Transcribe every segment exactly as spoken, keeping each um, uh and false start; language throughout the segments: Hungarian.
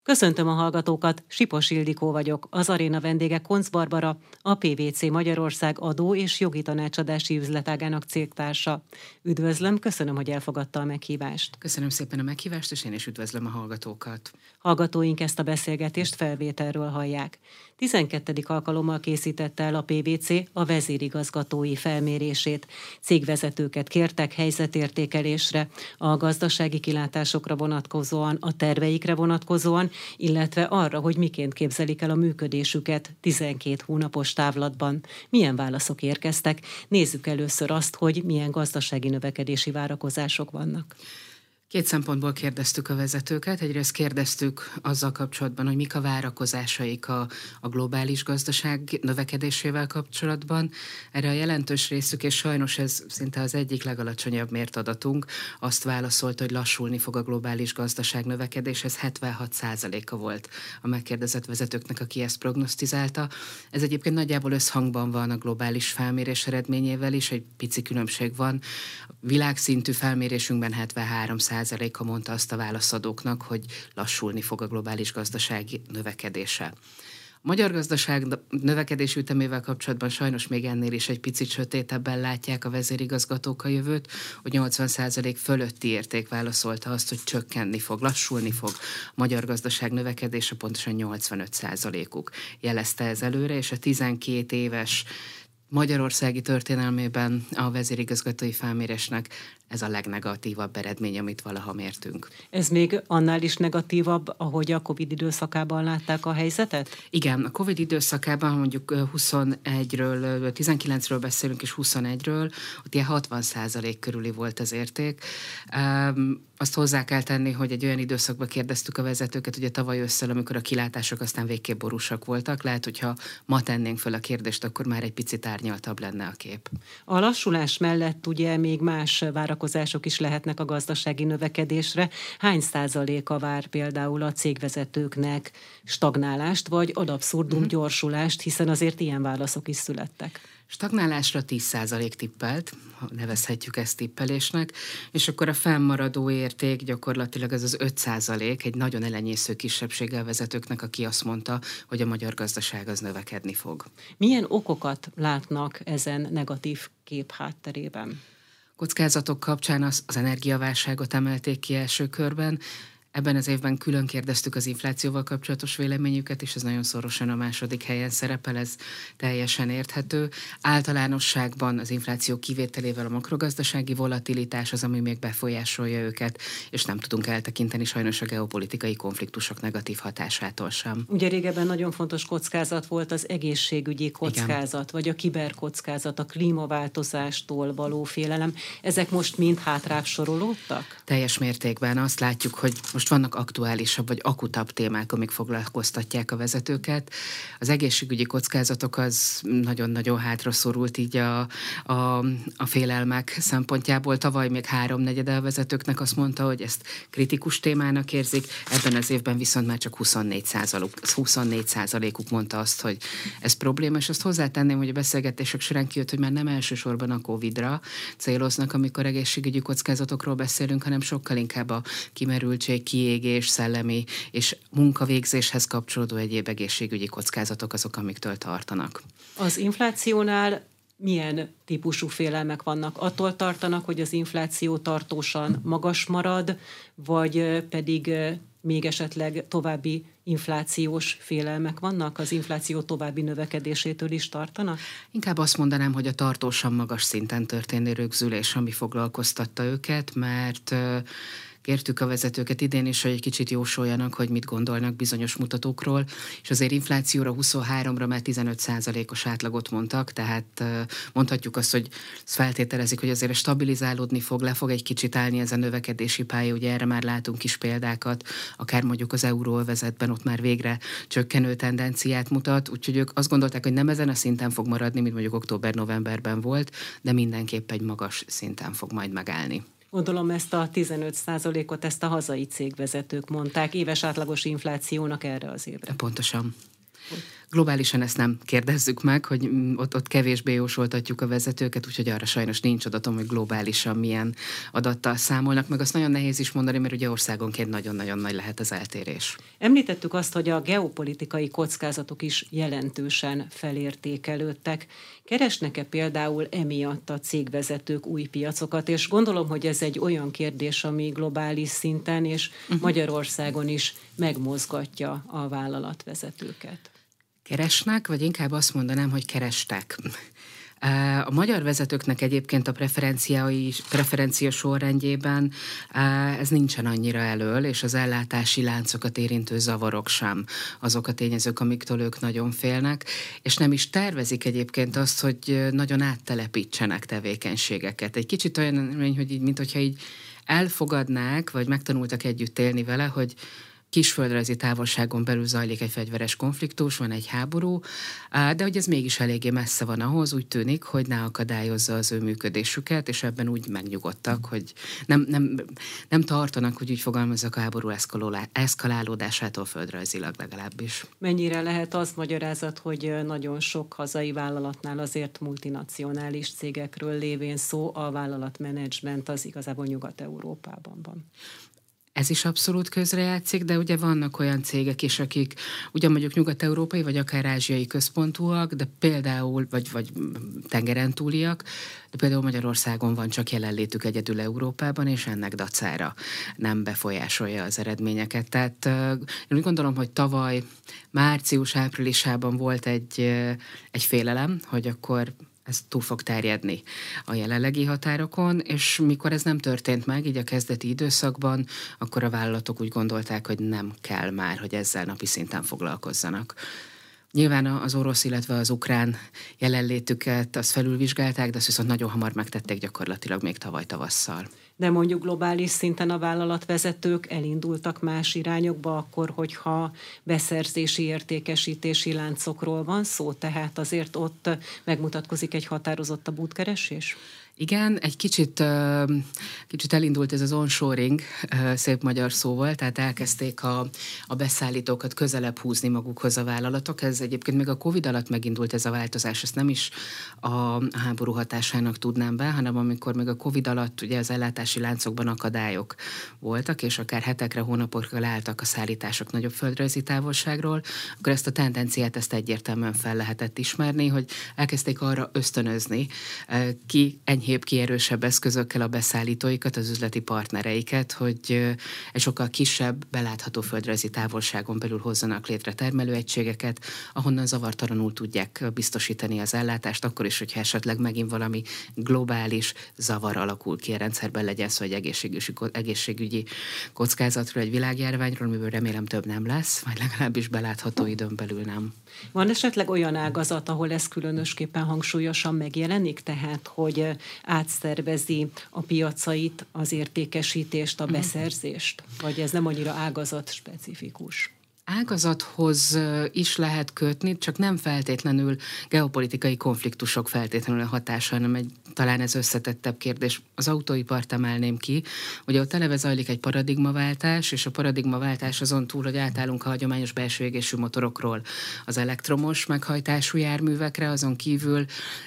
Köszöntöm a hallgatókat, Sipos Ildikó vagyok, az aréna vendége Koncz Barbara, a pé vé cé Magyarország adó- és jogi tanácsadási üzletágának cégtársa. Üdvözlöm, köszönöm, hogy elfogadta a meghívást. Köszönöm szépen a meghívást, és én is üdvözlöm a hallgatókat. Hallgatóink ezt a beszélgetést felvételről hallják. tizenkettedik alkalommal készítette el a pé vé cé a vezérigazgatói felmérését. Cégvezetőket kértek helyzetértékelésre, a gazdasági kilátásokra vonatkozóan, a terveikre vonatkozóan, illetve arra, hogy miként képzelik el a működésüket tizenkét hónapos távlatban. Milyen válaszok érkeztek? Nézzük először azt, hogy milyen gazdasági növekedési várakozások vannak. Két szempontból kérdeztük a vezetőket. Egyrészt kérdeztük azzal kapcsolatban, hogy mik a várakozásaik a, a globális gazdaság növekedésével kapcsolatban. Erre a jelentős részük, és sajnos ez szinte az egyik legalacsonyabb mért adatunk, azt válaszolt, hogy lassulni fog a globális gazdaság növekedés. Ez hetvenhat százaléka volt a megkérdezett vezetőknek, aki ezt prognosztizálta. Ez egyébként nagyjából összhangban van a globális felmérés eredményével is, egy pici különbség van. Világszintű felmérésünkben hetvenhárom százaléka mondta azt a válaszadóknak, hogy lassulni fog a globális gazdaság növekedése. A magyar gazdaság növekedés ütemével kapcsolatban sajnos még ennél is egy picit sötétebben látják a vezérigazgatók a jövőt, hogy nyolcvan százalék fölötti érték válaszolta azt, hogy csökkenni fog, lassulni fog. A magyar gazdaság növekedése pontosan nyolcvanöt százalékuk jelezte ez előre, és a tizenkét éves magyarországi történelmében a vezérigazgatói felmérésnek ez a legnegatívabb eredmény, amit valaha mértünk. Ez még annál is negatívabb, ahogy a Covid időszakában látták a helyzetet? Igen, a Covid időszakában mondjuk huszonegyről, tizenkilencről beszélünk és huszonegyről, ott ilyen hatvan százalék körüli volt az érték. Um, azt hozzá kell tenni, hogy egy olyan időszakban kérdeztük a vezetőket, ugye tavaly ősszel, amikor a kilátások aztán végképp borúsak voltak, lehet, hogyha ma tennénk föl a kérdést, akkor már egy picit árnyaltabb lenne a kép. A lassulás mellett ugye még más várakozások is lehetnek a gazdasági növekedésre. Hány százaléka vár például a cégvezetőknek stagnálást, vagy ad abszurdum uh-huh. gyorsulást, hiszen azért ilyen válaszok is születtek. Stagnálásra tíz százalék tippelt, ha nevezhetjük ezt tippelésnek, és akkor a fennmaradó érték gyakorlatilag ez az öt százalék, egy nagyon elenyésző kisebbséggel vezetőknek, aki azt mondta, hogy a magyar gazdaság az növekedni fog. Milyen okokat látnak ezen negatív kép hátterében? Kockázatok kapcsán az, az energiaválságot emelték ki első körben. Ebben az évben külön kérdeztük az inflációval kapcsolatos véleményüket, és ez nagyon szorosan a második helyen szerepel, ez teljesen érthető. Általánosságban az infláció kivételével a makrogazdasági volatilitás az, ami még befolyásolja őket, és nem tudunk eltekinteni sajnos a geopolitikai konfliktusok negatív hatásától sem. Ugye régebben nagyon fontos kockázat volt az egészségügyi kockázat, igen, vagy a kiberkockázat, a klímaváltozástól való félelem. Ezek most mind hátrább sorolódtak? Teljes mértékben azt látjuk, hogy most vannak aktuálisabb vagy akutabb témák, amik foglalkoztatják a vezetőket. Az egészségügyi kockázatok az nagyon-nagyon hátra szorult így a, a, a félelmek szempontjából. Tavaly még háromnegyede a vezetőknek azt mondta, hogy ezt kritikus témának érzik, ebben az évben viszont már csak huszonnégy százalékuk mondta azt, hogy ez probléma, és azt hozzátenném, hogy a beszélgetések során kijött, hogy már nem elsősorban a Covidra céloznak, amikor egészségügyi kockázatokról beszélünk, hanem sokkal inkább a kimerültség, kiégés, szellemi és munkavégzéshez kapcsolódó egyéb egészségügyi kockázatok azok, amiktől tartanak. Az inflációnál milyen típusú félelmek vannak? Attól tartanak, hogy az infláció tartósan magas marad, vagy pedig még esetleg további inflációs félelmek vannak? Az infláció további növekedésétől is tartanak? Inkább azt mondanám, hogy a tartósan magas szinten történő rögzülés, ami foglalkoztatta őket, mert kértük a vezetőket idén is, hogy egy kicsit jósoljanak, hogy mit gondolnak bizonyos mutatókról, és azért inflációra huszonháromra már tizenöt százalékos átlagot mondtak, tehát mondhatjuk azt, hogy feltételezik, hogy azért stabilizálódni fog, le fog egy kicsit állni ez a növekedési pálya, ugye erre már látunk is példákat, akár mondjuk az euróövezetben ott már végre csökkenő tendenciát mutat, úgyhogy ők azt gondolták, hogy nem ezen a szinten fog maradni, mint mondjuk október-novemberben volt, de mindenképp egy magas szinten fog majd megállni. Gondolom ezt a tizenöt százalékot, ezt a hazai cégvezetők mondták éves átlagos inflációnak erre az évre. Pontosan. Globálisan ezt nem kérdezzük meg, hogy ott, ott kevésbé jósoltatjuk a vezetőket, úgyhogy arra sajnos nincs adatom, hogy globálisan milyen adattal számolnak, meg azt nagyon nehéz is mondani, mert ugye országonként nagyon-nagyon nagy lehet az eltérés. Említettük azt, hogy a geopolitikai kockázatok is jelentősen felértékelődtek. Keresnek-e például emiatt a cégvezetők új piacokat, és gondolom, hogy ez egy olyan kérdés, ami globális szinten és uh-huh. Magyarországon is megmozgatja a vállalatvezetőket. Keresnek, vagy inkább azt mondanám, hogy kerestek. A magyar vezetőknek egyébként a preferencia sorrendjében ez nincsen annyira elől, és az ellátási láncokat érintő zavarok sem azok a tényezők, amiktől ők nagyon félnek, és nem is tervezik egyébként azt, hogy nagyon áttelepítsenek tevékenységeket. Egy kicsit olyan, hogy így, mint hogyha így elfogadnák, vagy megtanultak együtt élni vele, hogy kisföldrajzi távolságon belül zajlik egy fegyveres konfliktus, van egy háború, de hogy ez mégis eléggé messze van ahhoz, úgy tűnik, hogy ne akadályozza az ő működésüket, és ebben úgy megnyugodtak, hogy nem, nem, nem tartanak, hogy úgy fogalmazzak, a háború eszkalálódásától földrajzilag legalábbis. Mennyire lehet az magyarázat, hogy nagyon sok hazai vállalatnál azért multinacionális cégekről lévén szó, a vállalatmenedzsment az igazából Nyugat-Európában van? Ez is abszolút közrejátszik, de ugye vannak olyan cégek is, akik ugyan mondjuk nyugat-európai, vagy akár ázsiai központúak, de például, vagy, vagy tengeren túliak, de például Magyarországon van csak jelenlétük egyedül Európában, és ennek dacára nem befolyásolja az eredményeket. Tehát én úgy gondolom, hogy tavaly március-áprilisában volt egy, egy félelem, hogy akkor ez túl fog terjedni a jelenlegi határokon, és mikor ez nem történt meg, így a kezdeti időszakban, akkor a vállalatok úgy gondolták, hogy nem kell már, hogy ezzel napi szinten foglalkozzanak. Nyilván az orosz, illetve az ukrán jelenlétüket azt felülvizsgálták, de azt viszont nagyon hamar megtették gyakorlatilag még tavaly tavasszal. De mondjuk globális szinten a vállalatvezetők elindultak más irányokba akkor, hogyha beszerzési, értékesítési láncokról van szó, tehát azért ott megmutatkozik egy határozottabb útkeresés? Igen, egy kicsit, kicsit elindult ez az onshoring, szép magyar szóval, tehát elkezdték a, a beszállítókat közelebb húzni magukhoz a vállalatok. Ez egyébként még a Covid alatt megindult ez a változás, ezt nem is a háború hatásának tudnám be, hanem amikor még a Covid alatt ugye az ellátási láncokban akadályok voltak, és akár hetekre, hónapokra leálltak a szállítások nagyobb földrajzi távolságról, akkor ezt a tendenciát ezt egyértelműen fel lehetett ismerni, hogy elkezdték arra ösztönözni ki enyhén ki erősebb eszközökkel a beszállítóikat, az üzleti partnereiket, hogy egy sokkal kisebb, belátható földrajzi távolságon belül hozzanak létre termelőegységeket, ahonnan zavartalanul tudják biztosítani az ellátást, akkor is, hogyha esetleg megint valami globális zavar alakul ki a rendszerben, legyen szó egy egészségügyi, egészségügyi kockázatról, egy világjárványról, amiből remélem több nem lesz, vagy legalábbis belátható időn belül nem. Van esetleg olyan ágazat, ahol ez különösképpen hangsúlyosan megjelenik, tehát hogy átszervezi a piacait, az értékesítést, a beszerzést? Vagy ez nem annyira ágazat specifikus? Ágazathoz is lehet kötni, csak nem feltétlenül geopolitikai konfliktusok feltétlenül a hatása, hanem egy, talán ez összetettebb kérdés. Az autóipart emelném ki, ugye ott eleve zajlik egy paradigmaváltás, és a paradigmaváltás azon túl, hogy átállunk a hagyományos belső égésű motorokról az elektromos meghajtású járművekre, azon kívül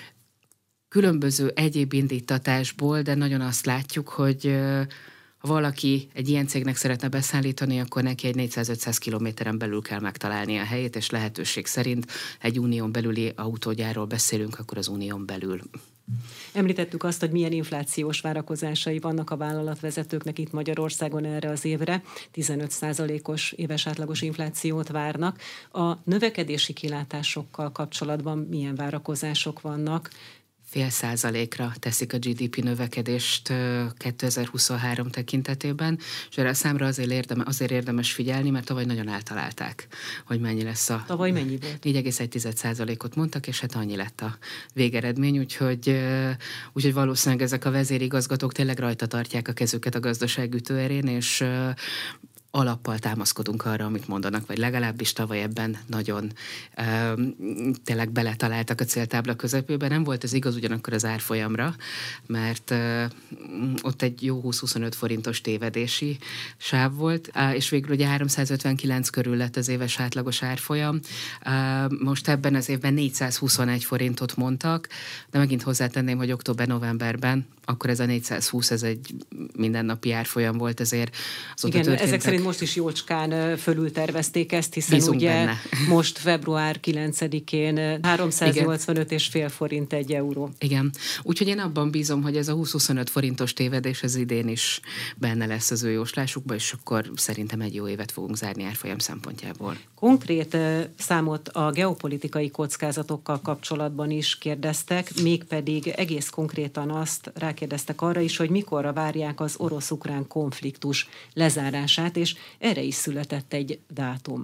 különböző egyéb indítatásból, de nagyon azt látjuk, hogy ha valaki egy ilyen cégnek szeretne beszállítani, akkor neki egy négyszáz-ötszáz kilométeren belül kell megtalálni a helyét, és lehetőség szerint egy unión belüli autógyárról beszélünk, akkor az unión belül. Említettük azt, hogy milyen inflációs várakozásai vannak a vállalatvezetőknek itt Magyarországon erre az évre. tizenöt százalékos éves átlagos inflációt várnak. A növekedési kilátásokkal kapcsolatban milyen várakozások vannak? Fél százalékra teszik a gé dé pé növekedést kétezer-huszonhárom tekintetében, és erre a számra azért érdemes, azért érdemes figyelni, mert tavaly nagyon eltalálták, hogy mennyi lesz a... Tavaly mennyi volt? négy egész egy százalékot mondtak, és hát annyi lett a végeredmény, úgyhogy, úgyhogy valószínűleg ezek a vezérigazgatók tényleg rajta tartják a kezüket a gazdaság ütőerén, és alappal támaszkodunk arra, amit mondanak, vagy legalábbis tavaly ebben nagyon e, tényleg beletaláltak a céltábla közepébe. Nem volt ez igaz ugyanakkor az árfolyamra, mert e, ott egy jó húsz-huszonöt forintos tévedési sáv volt, e, és végül ugye háromszázötvenkilenc körül lett az éves átlagos árfolyam. E, most ebben az évben négyszázhuszonegy forintot mondtak, de megint hozzátenném, hogy október-novemberben akkor ez a négyszázhúsz, ez egy mindennapi árfolyam volt, ezért azóta igen, történtek. Ezek szerint most is jócskán fölül tervezték ezt, hiszen Bízunk ugye benne. most február kilencedikén háromszáznyolcvanöt és fél forint egy euró. Igen, úgyhogy én abban bízom, hogy ez a húsz-huszonöt forintos tévedés ez idén is benne lesz az ő jóslásukban, és akkor szerintem egy jó évet fogunk zárni árfolyam szempontjából. Konkrét számot a geopolitikai kockázatokkal kapcsolatban is kérdeztek, mégpedig egész konkrétan azt rákérdeztek arra is, hogy mikorra várják az orosz-ukrán konfliktus lezárását, és erre is született egy dátum.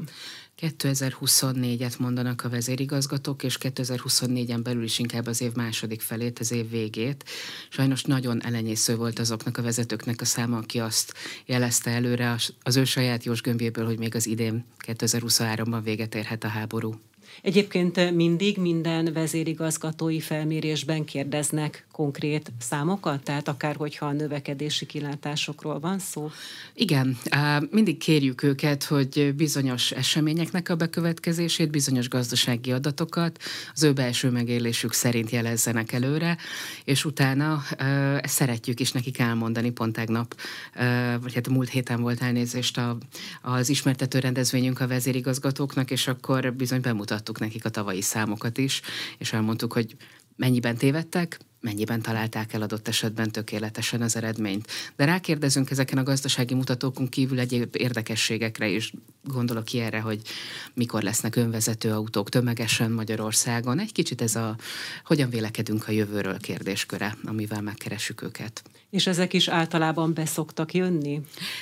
kétezer-huszonnégyet mondanak a vezérigazgatók, és kétezer-huszonnégyen belül is inkább az év második felét, az év végét. Sajnos nagyon elenyésző volt azoknak a vezetőknek a száma, aki azt jelezte előre az ő saját Jós gömbjéből, hogy még az idén kétezer-huszonháromban véget érhet a háború. Egyébként mindig minden vezérigazgatói felmérésben kérdeznek konkrét számokat, tehát akár hogyha a növekedési kilátásokról van szó? Igen, mindig kérjük őket, hogy bizonyos eseményeknek a bekövetkezését, bizonyos gazdasági adatokat az ő belső megélésük szerint jelezzenek előre, és utána ezt szeretjük is nekik elmondani. Pont tegnap, vagy hát a múlt héten volt elnézést az ismertető rendezvényünk a vezérigazgatóknak, és akkor bizony bemutattuk nekik a tavalyi számokat is, és elmondtuk, hogy mennyiben tévedtek, mennyiben találták el adott esetben tökéletesen az eredményt. De rákérdezünk ezeken a gazdasági mutatókon kívül egyéb érdekességekre is. Gondolok ilyenre, hogy mikor lesznek önvezető autók tömegesen Magyarországon. Egy kicsit ez a hogyan vélekedünk a jövőről kérdésköre, amivel megkeressük őket. És ezek is általában beszoktak jönni?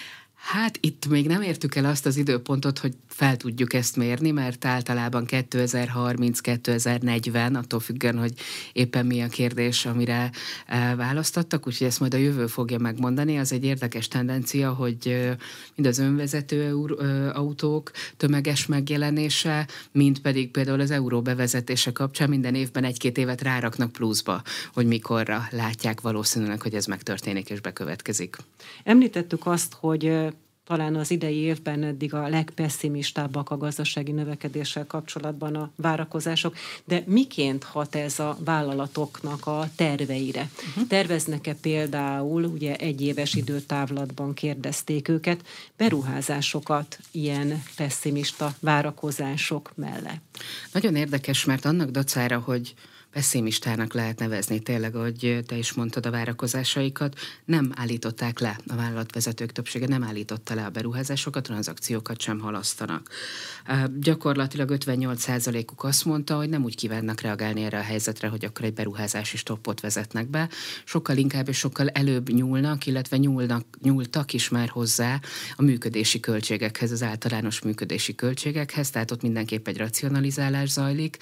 Hát itt még nem értük el azt az időpontot, hogy fel tudjuk ezt mérni, mert általában kétezer-harminc kétezer-negyven, attól függően, hogy éppen mi a kérdés, amire választottak, úgyhogy ezt majd a jövő fogja megmondani. Az egy érdekes tendencia, hogy mind az önvezető autók tömeges megjelenése, mind pedig például az euró bevezetése kapcsán minden évben egy-két évet ráraknak pluszba, hogy mikorra látják valószínűleg, hogy ez megtörténik és bekövetkezik. Említettük azt, hogy talán az idei évben eddig a legpesszimistábbak a gazdasági növekedéssel kapcsolatban a várakozások, de miként hat ez a vállalatoknak a terveire? Uh-huh. Terveznek-e például, ugye egyéves időtávlatban kérdezték őket, beruházásokat ilyen pesszimista várakozások mellett? Nagyon érdekes, mert annak dacára, hogy pesszimistának lehet nevezni tényleg, hogy te is mondtad a várakozásaikat, nem állították le, a vállalatvezetők többsége nem állította le a beruházásokat, tranzakciókat sem halasztanak. Gyakorlatilag ötvennyolc százalékuk azt mondta, hogy nem úgy kívánnak reagálni erre a helyzetre, hogy akkor egy beruházási stoppot vezetnek be, sokkal inkább és sokkal előbb nyúlnak, illetve nyúlnak, nyúltak is már hozzá a működési költségekhez, az általános működési költségekhez, tehát ott mindenképp egy racionalizálás zajlik,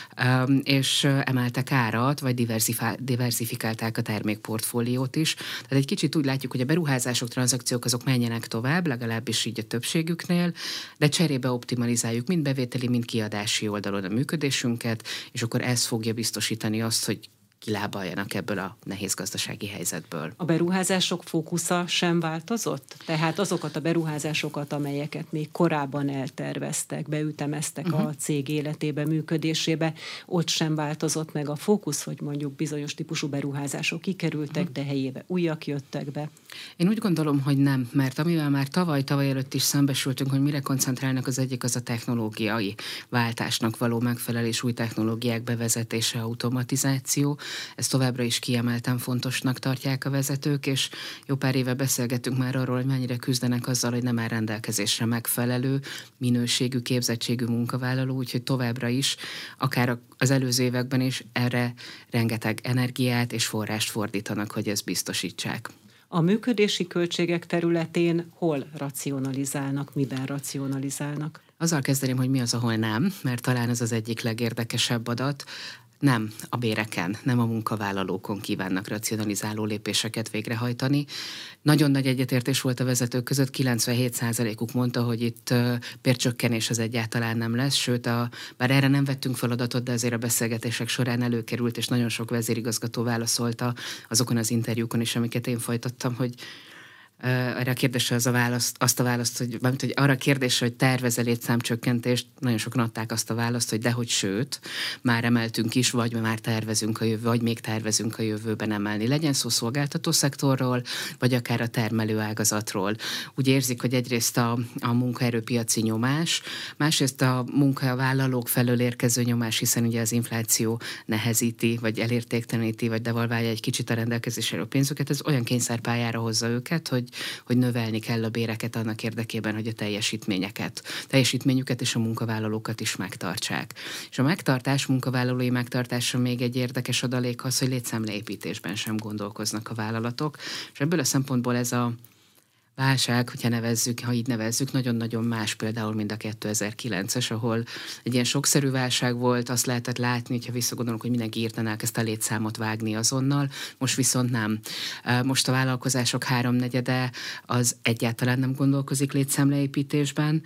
és emeltek árat, vagy diversifikálták a termékportfóliót is. Tehát egy kicsit úgy látjuk, hogy a beruházások, tranzakciók azok menjenek tovább, legalábbis így a többségüknél, de cserébe optimalizáljuk mind bevételi, mind kiadási oldalon a működésünket, és akkor ez fogja biztosítani azt, hogy kilábaljanak ebből a nehéz gazdasági helyzetből. A beruházások fókusza sem változott? Tehát azokat a beruházásokat, amelyeket még korábban elterveztek, beütemeztek uh-huh. a cég életébe, működésébe, ott sem változott meg a fókusz, hogy mondjuk bizonyos típusú beruházások kikerültek, uh-huh. de helyébe újak jöttek be? Én úgy gondolom, hogy nem, mert amivel már tavaly-tavaly előtt is szembesültünk, hogy mire koncentrálnak, az egyik az a technológiai váltásnak való megfelelés, új technológiák bevezetése, automatizáció. Ezt továbbra is kiemelten fontosnak tartják a vezetők, és jó pár éve beszélgettünk már arról, hogy mennyire küzdenek azzal, hogy nem áll rendelkezésre megfelelő minőségű, képzettségű munkavállaló, úgyhogy továbbra is, akár az előző években is erre rengeteg energiát és forrást fordítanak, hogy ezt biztosítsák. A működési költségek területén hol racionalizálnak, miben racionalizálnak? Azzal kezdeném, hogy mi az, ahol nem, mert talán ez az egyik legérdekesebb adat. Nem a béreken, nem a munkavállalókon kívánnak racionalizáló lépéseket végrehajtani. Nagyon nagy egyetértés volt a vezetők között, kilencvenhét százalékuk mondta, hogy itt bércsökkenés az egyáltalán nem lesz, sőt, a, bár erre nem vettünk feladatot, de azért a beszélgetések során előkerült, és nagyon sok vezérigazgató válaszolta azokon az interjúkon is, amiket én folytattam, hogy erre a kérdésre az a választ, azt a választ, hogy, hogy arra a kérdésre, hogy tervez-e létszámcsökkentést, nagyon sokan adták azt a választ, hogy dehogy sőt, már emeltünk is, vagy már tervezünk a jövő, vagy még tervezünk a jövőben emelni. Legyen szó szolgáltató szektorról, vagy akár a termelő ágazatról. Úgy érzik, hogy egyrészt a, a munkaerőpiaci nyomás, másrészt a munkavállalók felől érkező nyomás, hiszen ugye az infláció nehezíti, vagy elértékteleníti, vagy devalválja egy kicsit a rendelkezésre a pénzüket, ez olyan kényszerpályára hozza őket, hogy hogy növelni kell a béreket annak érdekében, hogy a teljesítményeket, teljesítményüket és a munkavállalókat is megtartsák. És a megtartás, munkavállalói megtartása még egy érdekes adalék az, hogy létszámleépítésben sem gondolkoznak a vállalatok, és ebből a szempontból ez a válság, hogyha nevezzük, ha így nevezzük, nagyon-nagyon más például, mint a kétezer-kilences, ahol egy ilyen sokszerű válság volt, azt lehetett látni, hogyha visszagondolunk, hogy mindenki írtan elkezdte a létszámot vágni azonnal, most viszont nem. Most a vállalkozások háromnegyede az egyáltalán nem gondolkozik létszámleépítésben.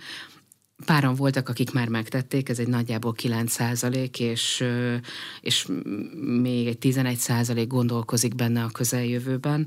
Páran voltak, akik már megtették, ez egy nagyjából kilenc százalék, és, és még egy tizenegy százalék gondolkozik benne a közeljövőben,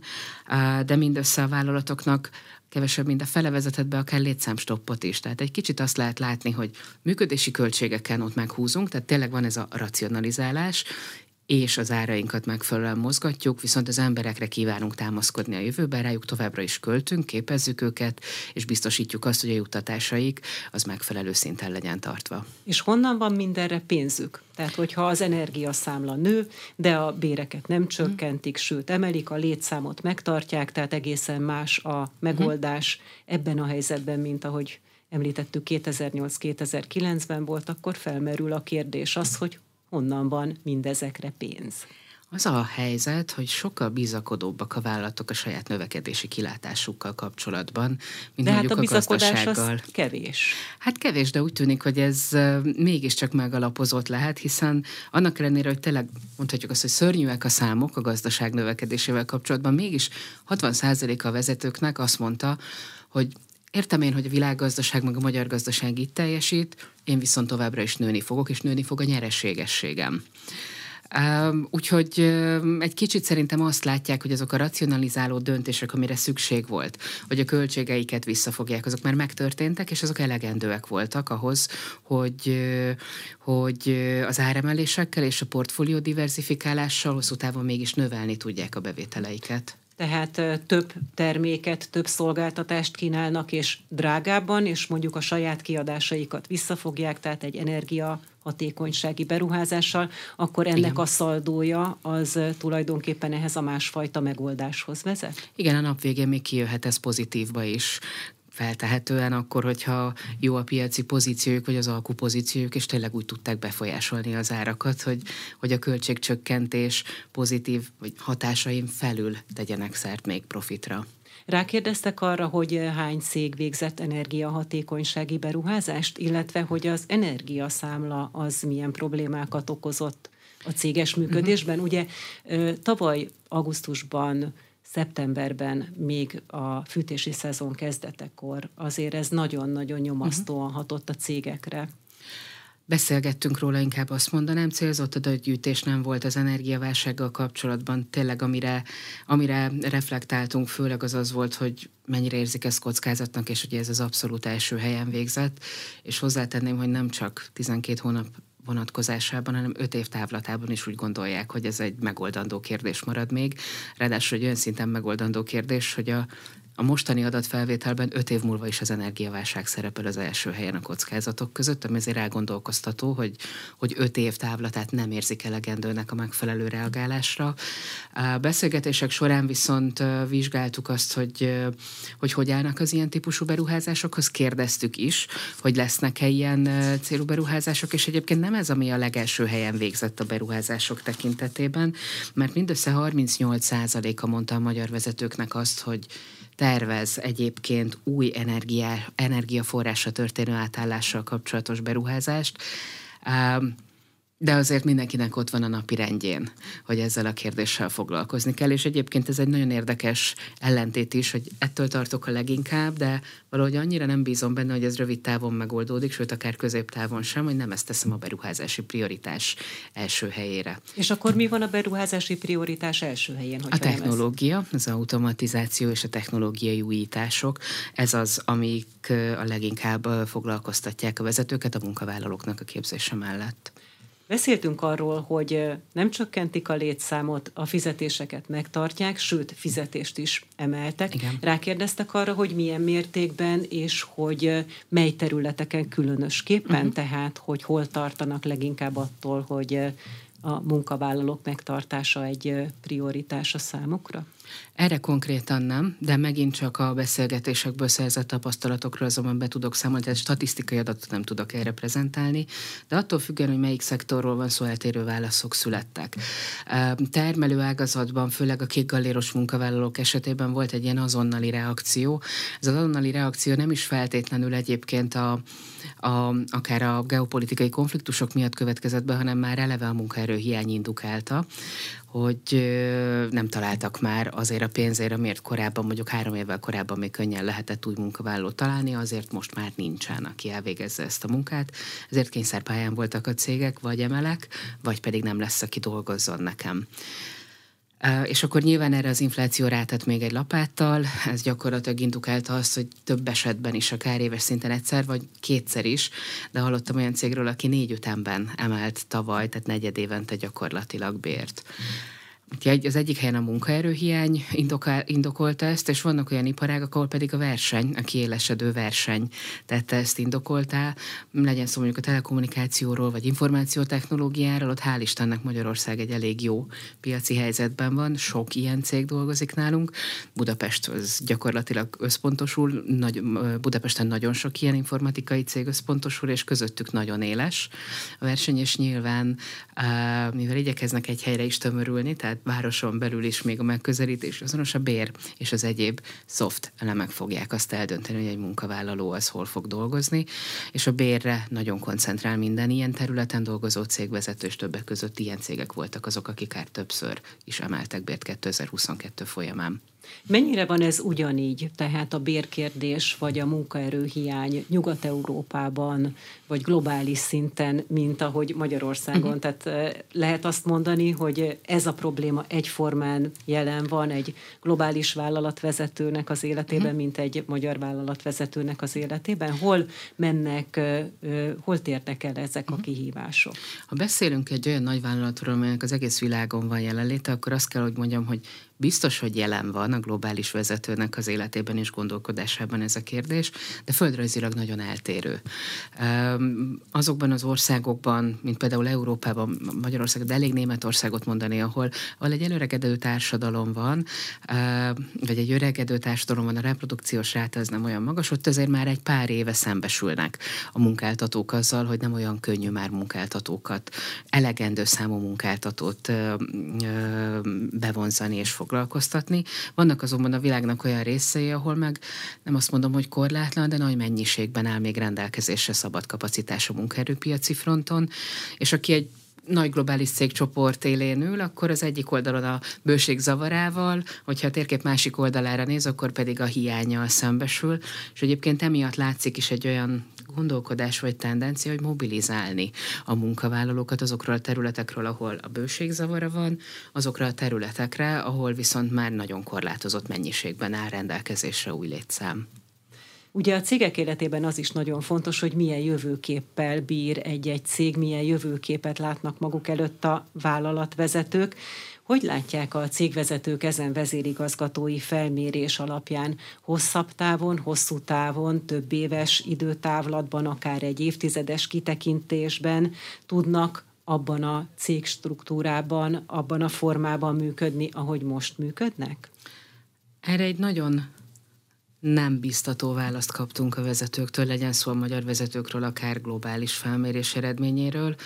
de mindössze a vállalatoknak kevesebb, mint a fele vezetett be akár létszámstoppot is. Tehát egy kicsit azt lehet látni, hogy működési költségeken ott meghúzunk, tehát tényleg van ez a racionalizálás, és az árainkat megfelelően mozgatjuk, viszont az emberekre kívánunk támaszkodni a jövőben, rájuk továbbra is költünk, képezzük őket, és biztosítjuk azt, hogy a juttatásaik az megfelelő szinten legyen tartva. És honnan van mindenre pénzük? Tehát, hogyha az energiaszámla nő, de a béreket nem csökkentik, sőt, emelik, a létszámot megtartják, tehát egészen más a megoldás ebben a helyzetben, mint ahogy említettük, kétezer-nyolc-kétezer-kilencben volt, akkor felmerül a kérdés az, hogy honnan van mindezekre pénz. Az a helyzet, hogy sokkal bizakodóbbak a vállalatok a saját növekedési kilátásukkal kapcsolatban, mint de mondjuk hát a, a gazdasággal. Az kevés. Hát kevés, de úgy tűnik, hogy ez mégiscsak megalapozott lehet, hiszen annak ellenére, hogy tényleg mondhatjuk azt, hogy szörnyűek a számok a gazdaság növekedésével kapcsolatban, mégis hatvan százaléka a vezetőknek azt mondta, hogy értem én, hogy a világgazdaság meg a magyar gazdaság itt teljesít, én viszont továbbra is nőni fogok, és nőni fog a nyereségességem. Úgyhogy egy kicsit szerintem azt látják, hogy azok a racionalizáló döntések, amire szükség volt, hogy a költségeiket visszafogják, azok már megtörténtek, és azok elegendőek voltak ahhoz, hogy, hogy az áremelésekkel és a portfólió diverzifikálással hosszú távon mégis növelni tudják a bevételeiket. Tehát több terméket, több szolgáltatást kínálnak, és drágábban, és mondjuk a saját kiadásaikat visszafogják, tehát egy energiahatékonysági beruházással, akkor ennek Igen. a szaldója az tulajdonképpen ehhez a másfajta megoldáshoz vezet? Igen, a nap végén még kijöhet ez pozitívba is. Feltehetően akkor, hogyha jó a piaci pozíciójuk, vagy az alkupozíciójuk, és tényleg úgy tudták befolyásolni az árakat, hogy, hogy a költségcsökkentés pozitív vagy hatásain felül tegyenek szert még profitra. Rákérdeztek arra, hogy hány cég végzett energiahatékonysági beruházást, illetve hogy az energiaszámla az milyen problémákat okozott a céges működésben. Uh-huh. Ugye tavaly augusztusban, szeptemberben még a fűtési szezon kezdetekor azért ez nagyon-nagyon nyomasztóan hatott a cégekre. Beszélgettünk róla, inkább azt mondanám, célzott adatgyűjtés nem volt az energiaválsággal kapcsolatban. Tényleg amire, amire reflektáltunk, főleg az az volt, hogy mennyire érzik ezt kockázatnak, és ugye ez az abszolút első helyen végzett. És hozzátenném, hogy nem csak tizenkét hónap vonatkozásában, hanem öt év távlatában is úgy gondolják, hogy ez egy megoldandó kérdés marad még. Ráadásul egy olyan szinten megoldandó kérdés, hogy a A mostani adatfelvételben öt év múlva is az energiaválság szerepel az első helyen a kockázatok között, ami azért elgondolkoztató, hogy, hogy öt év távlatát nem érzik elegendőnek a megfelelő reagálásra. A beszélgetések során viszont vizsgáltuk azt, hogy hogy, hogy állnak az ilyen típusú beruházásokhoz, kérdeztük is, hogy lesznek-e ilyen célú beruházások, és egyébként nem ez, ami a legelső helyen végzett a beruházások tekintetében, mert mindössze harmincnyolc százaléka mondta a magyar vezetőknek azt, hogy tervez egyébként új energia, energiaforrásra történő átállással kapcsolatos beruházást. De azért mindenkinek ott van a napi rendjén, hogy ezzel a kérdéssel foglalkozni kell, és egyébként ez egy nagyon érdekes ellentét is, hogy ettől tartok a leginkább, de valahogy annyira nem bízom benne, hogy ez rövid távon megoldódik, sőt akár középtávon sem, hogy nem ezt teszem a beruházási prioritás első helyére. És akkor mi van a beruházási prioritás első helyén? A technológia, az automatizáció és a technológiai újítások, ez az, amik a leginkább foglalkoztatják a vezetőket a munkavállalóknak a képzése mellett. Beszéltünk arról, hogy nem csökkentik a létszámot, a fizetéseket megtartják, sőt, fizetést is emeltek. Igen. Rákérdeztek arra, hogy milyen mértékben, és hogy mely területeken különösképpen, uh-huh. tehát, hogy hol tartanak leginkább attól, hogy a munkavállalók megtartása egy prioritás a számukra? Erre konkrétan nem, de megint csak a beszélgetésekből szerzett tapasztalatokról azonban be tudok számolni, tehát statisztikai adatot nem tudok erre prezentálni, de attól függően, hogy melyik szektorról van szó, eltérő válaszok születtek. Termelő ágazatban, főleg a kékgalléros munkavállalók esetében volt egy ilyen azonnali reakció. Ez az azonnali reakció nem is feltétlenül egyébként a, a, akár a geopolitikai konfliktusok miatt következett be, hanem már eleve a munkaerő hiány indukálta, hogy nem találtak már azért a pénzért, amiért korábban, mondjuk három évvel korábban még könnyen lehetett új munkavállalót találni, azért most már nincsen, aki elvégezze ezt a munkát. Ezért kényszerpályán voltak a cégek, vagy emelek, vagy pedig nem lesz, aki dolgozzon nekem. És akkor nyilván erre az infláció rátett még egy lapáttal, ez gyakorlatilag indukálta azt, hogy több esetben is, akár éves szinten egyszer, vagy kétszer is, de hallottam olyan cégről, aki négy ütemben emelt tavaly, tehát negyed évente gyakorlatilag bért. Az egyik helyen a munkaerőhiány indokolta ezt, és vannak olyan iparágak, ahol pedig a verseny, a kiélesedő verseny tette ezt indokoltá. Legyen szó mondjuk a telekommunikációról, vagy információtechnológiáról, ott hál' Istennek Magyarország egy elég jó piaci helyzetben van, sok ilyen cég dolgozik nálunk. Budapest az gyakorlatilag összpontosul, nagy, Budapesten nagyon sok ilyen informatikai cég összpontosul, és közöttük nagyon éles a verseny, és nyilván, mivel igyekeznek egy helyre is tömörülni, tehát városon belül is még a megközelítés azonos, a bér és az egyéb soft elemek fogják azt eldönteni, hogy egy munkavállaló az hol fog dolgozni, és a bérre nagyon koncentrál minden ilyen területen dolgozó cégvezető, és többek között ilyen cégek voltak azok, akik már többször is emeltek bért kétezer-huszonkettő folyamán. Mennyire van ez ugyanígy, tehát a bérkérdés vagy a munkaerőhiány Nyugat-Európában, vagy globális szinten, mint ahogy Magyarországon? Uh-huh. Tehát lehet azt mondani, hogy ez a probléma egyformán jelen van egy globális vállalatvezetőnek az életében, uh-huh. mint egy magyar vállalatvezetőnek az életében? Hol mennek, hol térnek el ezek uh-huh. a kihívások? Ha beszélünk egy olyan nagyvállalatról, amelynek az egész világon van jelenléte, akkor azt kell, hogy mondjam, hogy biztos, hogy jelen van a globális vezetőnek az életében és gondolkodásában ez a kérdés, de földrajzilag nagyon eltérő. Azokban az országokban, mint például Európában, Magyarország, de elég Németországot mondani, ahol, ahol egy előregedő társadalom van, vagy egy öregedő társadalom van, a reprodukciós ráta az nem olyan magas, ott azért már egy pár éve szembesülnek a munkáltatók azzal, hogy nem olyan könnyű már munkáltatókat, elegendő számú munkáltatót bevonzani és foglalkoztatni. Vannak azonban a világnak olyan részei, ahol meg nem azt mondom, hogy korlátlan, de nagy mennyiségben áll még rendelkezésre szabad kapacitás a munkaerőpiaci fronton, és aki egy nagy globális cégcsoport élén ül, akkor az egyik oldalon a bőség zavarával, hogyha a térkép másik oldalára néz, akkor pedig a hiánnyal szembesül, és egyébként emiatt látszik is egy olyan gondolkodás vagy tendencia, hogy mobilizálni a munkavállalókat azokról a területekről, ahol a bőség zavara van, azokra a területekre, ahol viszont már nagyon korlátozott mennyiségben áll rendelkezésre új létszám. Ugye a cégek életében az is nagyon fontos, hogy milyen jövőképpel bír egy-egy cég, milyen jövőképet látnak maguk előtt a vállalatvezetők. Hogy látják a cégvezetők ezen vezérigazgatói felmérés alapján hosszabb távon, hosszú távon, több éves időtávlatban, akár egy évtizedes kitekintésben tudnak abban a cégstruktúrában, abban a formában működni, ahogy most működnek? Erre egy nagyon nem biztató választ kaptunk a vezetőktől, legyen szó a magyar vezetőkről, akár globális felmérés eredményéről.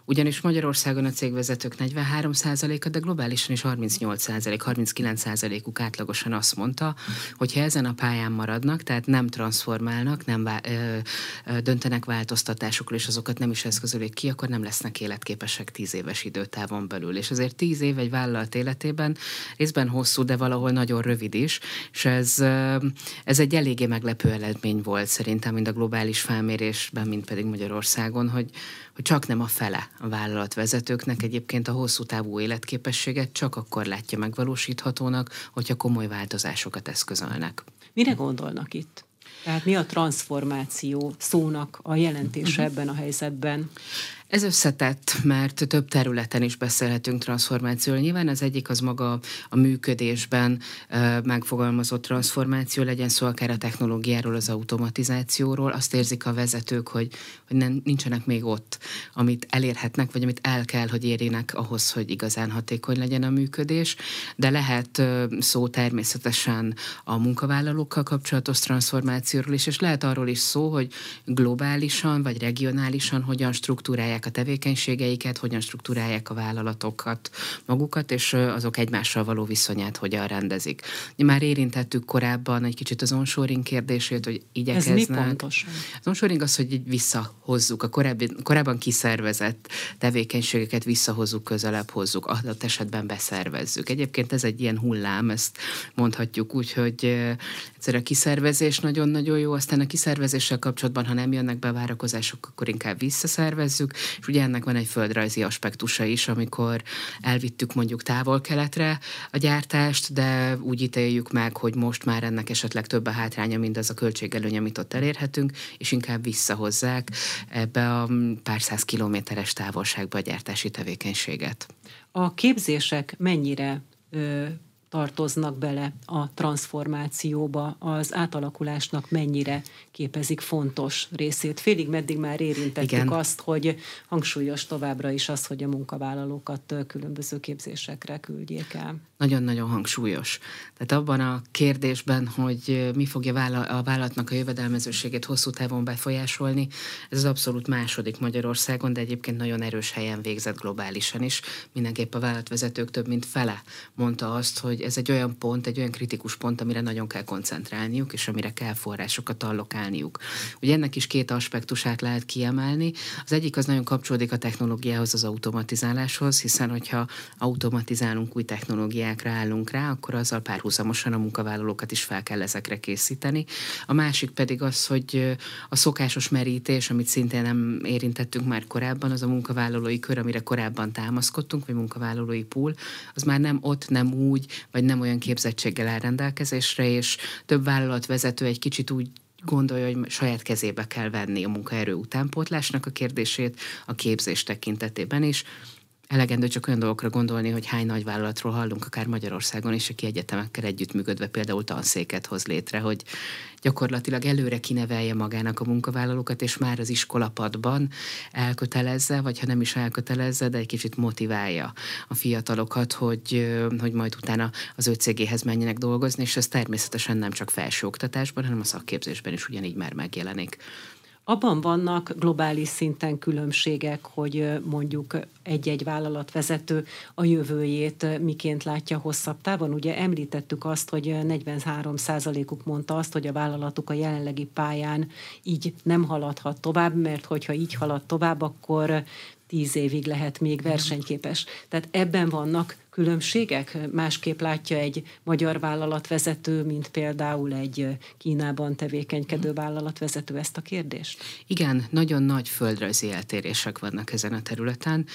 Ugyanis Magyarországon a cégvezetők negyvenhárom százaléka, de globálisan is harmincnyolc százalék, harminckilenc százalékuk átlagosan azt mondta, hogy ha ezen a pályán maradnak, tehát nem transformálnak, nem vá- ö, ö, döntenek változtatásokról, és azokat nem is eszközölik ki, akkor nem lesznek életképesek tíz éves időtávon belül. És azért tíz év egy vállalat életében részben hosszú, de valahol nagyon rövid is, és ez, ö, ez egy eléggé meglepő eredmény volt szerintem, mind a globális felmérésben, mind pedig Magyarországon, hogy, hogy csak nem a fele a vállalatvezetőknek egyébként a hosszú távú életképességet csak akkor látja megvalósíthatónak, hogyha komoly változásokat eszközölnek. Mire gondolnak itt? Tehát mi a transformáció szónak a jelentése uh-huh. ebben a helyzetben? Ez összetett, mert több területen is beszélhetünk transformációról. Nyilván az egyik az maga a működésben uh, megfogalmazott transformáció, legyen szó akár a technológiáról, az automatizációról. Azt érzik a vezetők, hogy, hogy nem, nincsenek még ott, amit elérhetnek, vagy amit el kell, hogy érjenek ahhoz, hogy igazán hatékony legyen a működés. De lehet uh, szó természetesen a munkavállalókkal kapcsolatos transformációról is, és lehet arról is szó, hogy globálisan vagy regionálisan hogyan struktúrálják a tevékenységeiket, hogyan struktúrálják a vállalatokat magukat, és azok egymással való viszonyát hogyan rendezik. Már érintettük korábban egy kicsit az onshoring kérdését, hogy igyekeznek. Ez mi pontosan? Az onshoring az, hogy így visszahozzuk, a korábbi, korábban kiszervezett tevékenységeket visszahozzuk, közelebb hozzuk, adott esetben beszervezzük. Egyébként ez egy ilyen hullám, ezt mondhatjuk úgy, hogy egyszer a kiszervezés nagyon-nagyon jó, aztán a kiszervezéssel kapcsolatban, ha nem jönnek be várakozások, akkor inkább visszaszervezzük, és ugye ennek van egy földrajzi aspektusa is, amikor elvittük mondjuk távol-keletre a gyártást, de úgy ítéljük meg, hogy most már ennek esetleg több a hátránya, mint az a költségelőny, amit ott elérhetünk, és inkább visszahozzák ebbe a pár száz kilométeres távolságba a gyártási tevékenységet. A képzések mennyire ö, tartoznak bele a transformációba, az átalakulásnak mennyire képezik fontos részét? Félig meddig már érintettük Igen. azt, hogy hangsúlyos továbbra is az, hogy a munkavállalókat különböző képzésekre küldjék el. Nagyon-nagyon hangsúlyos. Tehát abban a kérdésben, hogy mi fogja a vállalatnak a jövedelmezőségét hosszú távon befolyásolni, ez az abszolút második Magyarországon, de egyébként nagyon erős helyen végzett globálisan is. Mindenképp a vállalatvezetők több mint fele mondta azt, hogy ez egy olyan pont, egy olyan kritikus pont, amire nagyon kell koncentrálniuk, és amire kell forrásokat allokálniuk. Ugye ennek is két aspektusát lehet kiemelni. Az egyik az nagyon kapcsolódik a technológiához, az automatizáláshoz, hiszen hogyha automatizálunk, új technológiákra állunk rá, akkor azzal párhuzamosan a munkavállalókat is fel kell ezekre készíteni. A másik pedig az, hogy a szokásos merítés, amit szintén nem érintettünk már korábban, az a munkavállalói kör, amire korábban támaszkodtunk, vagy munkavállalói pool, az már nem ott, nem úgy, vagy nem olyan képzettséggel áll rendelkezésre, és több vállalatvezető egy kicsit úgy gondolja, hogy saját kezébe kell venni a munkaerő utánpótlásnak a kérdését, a képzés tekintetében is. Elegendő csak olyan dolgokra gondolni, hogy hány nagyvállalatról hallunk, akár Magyarországon is, aki egyetemekkel együttműködve például tanszéket hoz létre, hogy gyakorlatilag előre kinevelje magának a munkavállalókat, és már az iskolapadban elkötelezze, vagy ha nem is elkötelezze, de egy kicsit motiválja a fiatalokat, hogy, hogy majd utána az ő cégéhez menjenek dolgozni, és ez természetesen nem csak felsőoktatásban, hanem a szakképzésben is ugyanígy már megjelenik. Abban vannak globális szinten különbségek, hogy mondjuk egy-egy vállalatvezető a jövőjét miként látja hosszabb távon. Ugye említettük azt, hogy negyvenhárom százalékuk mondta azt, hogy a vállalatuk a jelenlegi pályán így nem haladhat tovább, mert hogyha így halad tovább, akkor tíz évig lehet még versenyképes. Tehát ebben vannak különbségek? Másképp látja egy magyar vállalatvezető, mint például egy Kínában tevékenykedő vállalatvezető ezt a kérdést? Igen, nagyon nagy földrajzi eltérések vannak ezen a területen,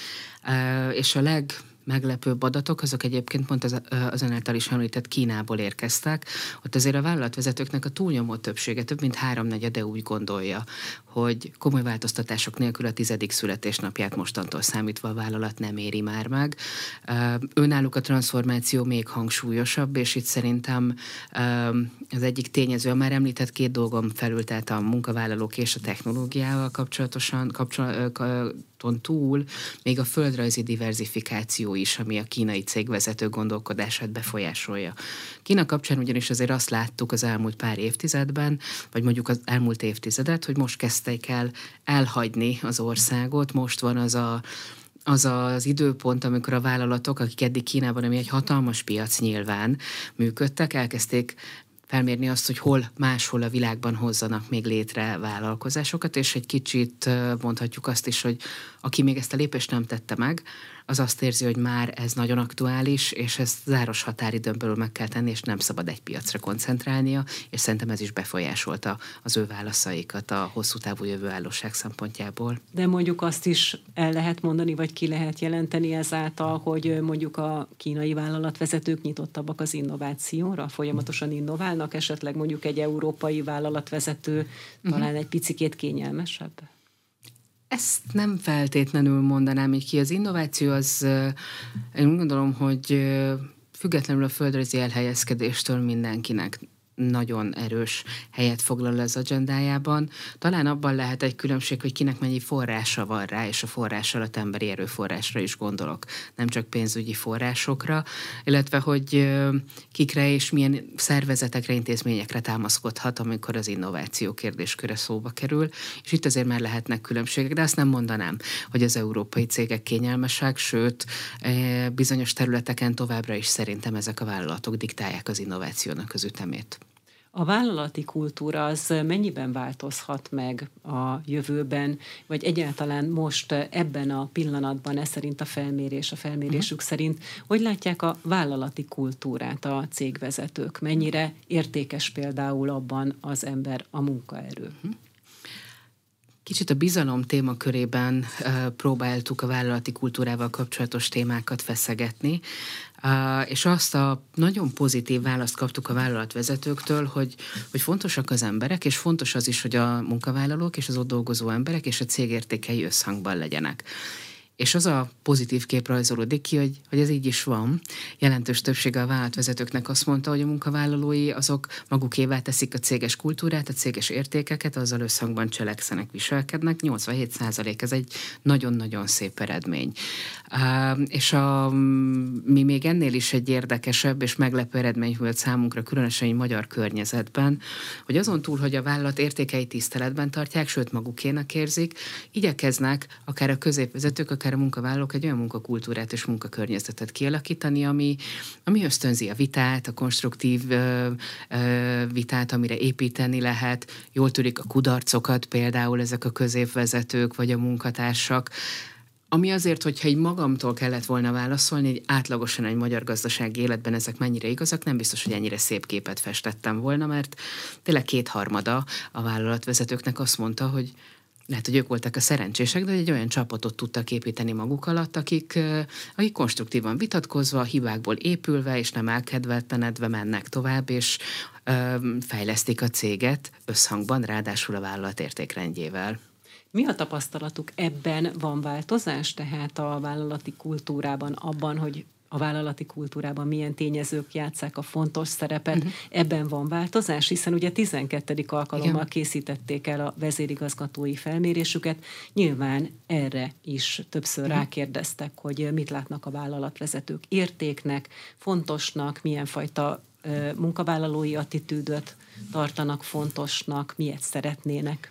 és a leg meglepőbb adatok, azok egyébként pont az, az ön által is említett Kínából érkeztek. Ott azért a vállalatvezetőknek a túlnyomó többsége, több mint háromnegyede úgy gondolja, hogy komoly változtatások nélkül a tizedik születésnapját mostantól számítva a vállalat nem éri már meg. Önálluk a transformáció még hangsúlyosabb, és itt szerintem az egyik tényező, a már említett két dolgom felül, tehát a munkavállalók és a technológiával kapcsolatosan kapcsol, túl még a földrajzi diverzifikáció is, ami a kínai cégvezető gondolkodását befolyásolja. Kína kapcsán ugyanis azért azt láttuk az elmúlt pár évtizedben, vagy mondjuk az elmúlt évtizedet, hogy most kezdték el elhagyni az országot, most van az a az az időpont, amikor a vállalatok, akik eddig Kínában, ami egy hatalmas piac nyilván működtek, elkezdték felmérni azt, hogy hol máshol a világban hozzanak még létre vállalkozásokat, és egy kicsit mondhatjuk azt is, hogy aki még ezt a lépést nem tette meg, az azt érzi, hogy már ez nagyon aktuális, és ezt záros határidőn belül meg kell tenni, és nem szabad egy piacra koncentrálnia, és szerintem ez is befolyásolta az ő válaszaikat a hosszú távú jövőállóság szempontjából. De mondjuk azt is el lehet mondani, vagy ki lehet jelenteni ezáltal, hogy mondjuk a kínai vállalatvezetők nyitottabbak az innovációra, folyamatosan innoválnak, esetleg mondjuk egy európai vállalatvezető talán egy picikét kényelmesebb? Ezt nem feltétlenül mondanám így ki. Az innováció az, én úgy gondolom, hogy függetlenül a földrajzi elhelyezkedéstől mindenkinek nagyon erős helyet foglal az agendájában. Talán abban lehet egy különbség, hogy kinek mennyi forrása van rá, és a forrás alatt emberi erőforrásra is gondolok, nem csak pénzügyi forrásokra, illetve hogy kikre és milyen szervezetekre, intézményekre támaszkodhat, amikor az innováció kérdésköre szóba kerül, és itt azért már lehetnek különbségek, de azt nem mondanám, hogy az európai cégek kényelmesek, sőt, bizonyos területeken továbbra is szerintem ezek a vállalatok diktálják az innovációnak az ütemét. A vállalati kultúra az mennyiben változhat meg a jövőben, vagy egyáltalán most ebben a pillanatban, ez szerint a felmérés, a felmérésük uh-huh. szerint, hogy látják a vállalati kultúrát a cégvezetők? Mennyire értékes például abban az ember, a munkaerő? Uh-huh. Kicsit a bizalom témakörében uh, próbáltuk a vállalati kultúrával kapcsolatos témákat feszegetni, uh, és azt a nagyon pozitív választ kaptuk a vállalatvezetőktől, hogy, hogy fontosak az emberek, és fontos az is, hogy a munkavállalók és az ott dolgozó emberek és a cég értékei összhangban legyenek. És az a pozitív kép rajzolódik ki, hogy, hogy ez így is van. Jelentős többsége a vállalatvezetőknek azt mondta, hogy a munkavállalói azok magukévá teszik a céges kultúrát, a céges értékeket, azzal összhangban cselekszenek, viselkednek. nyolcvanhét százalék, ez egy nagyon-nagyon szép eredmény. Uh, és a, mi még ennél is egy érdekesebb és meglepő eredmény volt számunkra, különösen egy magyar környezetben, hogy azon túl, hogy a vállalat értékei tiszteletben tartják, sőt magukénak érzik, igyekeznek akár a középvezetők, akár a munkavállalók egy olyan munkakultúrát és munkakörnyezetet kialakítani, ami, ami ösztönzi a vitát, a konstruktív ö, ö, vitát, amire építeni lehet. Jól tűrik a kudarcokat, például ezek a középvezetők vagy a munkatársak. Ami azért, hogyha így magamtól kellett volna válaszolni, hogy átlagosan egy magyar gazdasági életben ezek mennyire igazak, nem biztos, hogy ennyire szép képet festettem volna, mert tényleg kétharmada a vállalatvezetőknek azt mondta, hogy lehet, hogy ők voltak a szerencsések, de egy olyan csapatot tudtak építeni maguk alatt, akik, akik konstruktívan vitatkozva, hibákból épülve, és nem elkedvetlenedve mennek tovább, és ö, fejlesztik a céget összhangban, ráadásul a vállalat értékrendjével. Mi a tapasztalatuk ebben? Van változás, tehát a vállalati kultúrában, abban, hogy a vállalati kultúrában milyen tényezők játsszák a fontos szerepet, uh-huh. ebben van változás, hiszen ugye tizenkettedik alkalommal Igen. készítették el a vezérigazgatói felmérésüket, nyilván erre is többször uh-huh. rákérdeztek, hogy mit látnak a vállalatvezetők értéknek, fontosnak, milyen fajta uh, munkavállalói attitűdöt tartanak fontosnak, miért szeretnének.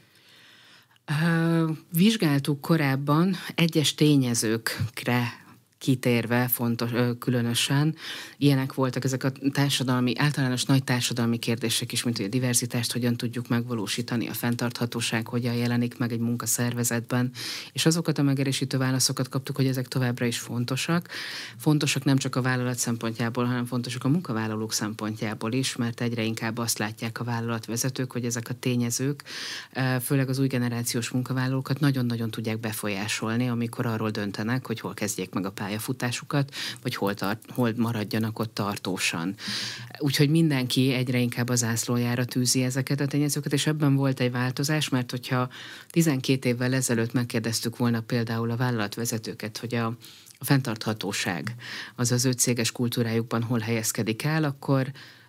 Uh, vizsgáltuk korábban egyes tényezőkre kitérve fontos, különösen. Ilyenek voltak ezek a társadalmi, általános nagy társadalmi kérdések is, mint hogy a diverzitást hogyan tudjuk megvalósítani, a fenntarthatóság hogyan jelenik meg egy munkaszervezetben, és azokat a megerősítő válaszokat kaptuk, hogy ezek továbbra is fontosak. Fontosak nem csak a vállalat szempontjából, hanem fontosak a munkavállalók szempontjából is, mert egyre inkább azt látják a vállalatvezetők, hogy ezek a tényezők, főleg az új generációs munkavállalókat nagyon-nagyon tudják befolyásolni, amikor arról döntenek, hogy hol kezdjék meg a pályafutásukat, vagy hol, tart, hol maradjanak ott tartósan. Úgyhogy mindenki egyre inkább az zászlójára tűzi ezeket a tényezőket, és ebben volt egy változás, mert hogyha tizenkét évvel ezelőtt megkérdeztük volna például a vállalatvezetőket, hogy a, a fenntarthatóság az az ő céges kultúrájukban hol helyezkedik el, akkor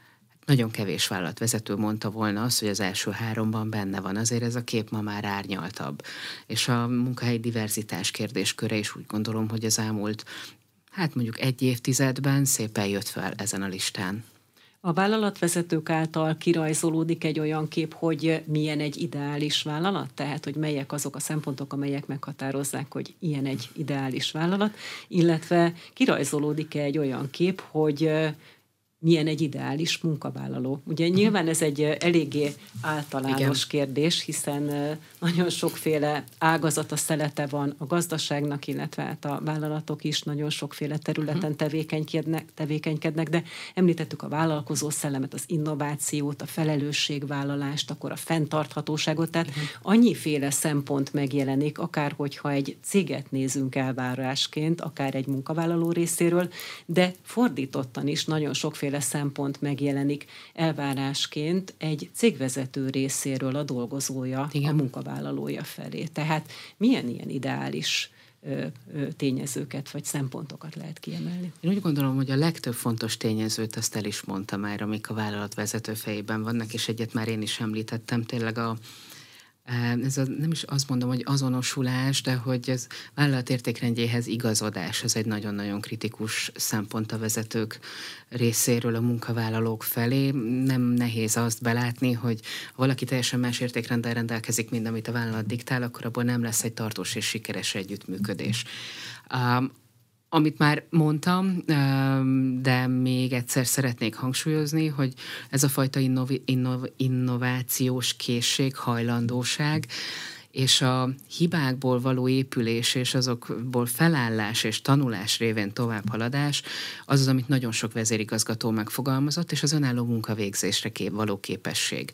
Nagyon kevés vállalatvezető mondta volna azt, hogy az első háromban benne van. Azért ez a kép ma már árnyaltabb. És a munkahelyi diverzitás kérdésköre is úgy gondolom, hogy az elmúlt, hát mondjuk egy évtizedben szépen jött fel ezen a listán. A vállalatvezetők által kirajzolódik egy olyan kép, hogy milyen egy ideális vállalat? Tehát, hogy melyek azok a szempontok, amelyek meghatározzák, hogy ilyen egy ideális vállalat, illetve kirajzolódik egy olyan kép, hogy milyen egy ideális munkavállaló. Ugye nyilván ez egy eléggé általános Igen. kérdés, hiszen nagyon sokféle ágazata, szelete van a gazdaságnak, illetve hát a vállalatok is nagyon sokféle területen tevékenykednek, tevékenykednek, de említettük a vállalkozó szellemet, az innovációt, a felelősségvállalást, akkor a fenntarthatóságot, tehát uh-huh. annyiféle szempont megjelenik, akár hogyha egy céget nézünk elvárásként, akár egy munkavállaló részéről, de fordítottan is nagyon sokféle szempont megjelenik elvárásként egy cégvezető részéről a dolgozója, Igen. a munkavállalója felé. Tehát milyen ilyen ideális ö, ö, tényezőket vagy szempontokat lehet kiemelni? Én úgy gondolom, hogy a legtöbb fontos tényezőt azt el is mondta már, amik a vállalatvezető fejében vannak, és egyet már én is említettem, tényleg a Ez a, nem is azt mondom, hogy azonosulás, de hogy ez vállalat értékrendjéhez igazodás, ez egy nagyon-nagyon kritikus szempont a vezetők részéről a munkavállalók felé. Nem nehéz azt belátni, hogy ha valaki teljesen más értékrenddel rendelkezik, mint amit a vállalat diktál, akkor abból nem lesz egy tartós és sikeres együttműködés. Um, Amit már mondtam, de még egyszer szeretnék hangsúlyozni, hogy ez a fajta innovi, innov, innovációs készség, hajlandóság, és a hibákból való épülés, és azokból felállás és tanulás révén továbbhaladás, az az, amit nagyon sok vezérigazgató megfogalmazott, és az önálló munkavégzésre kép, való képesség.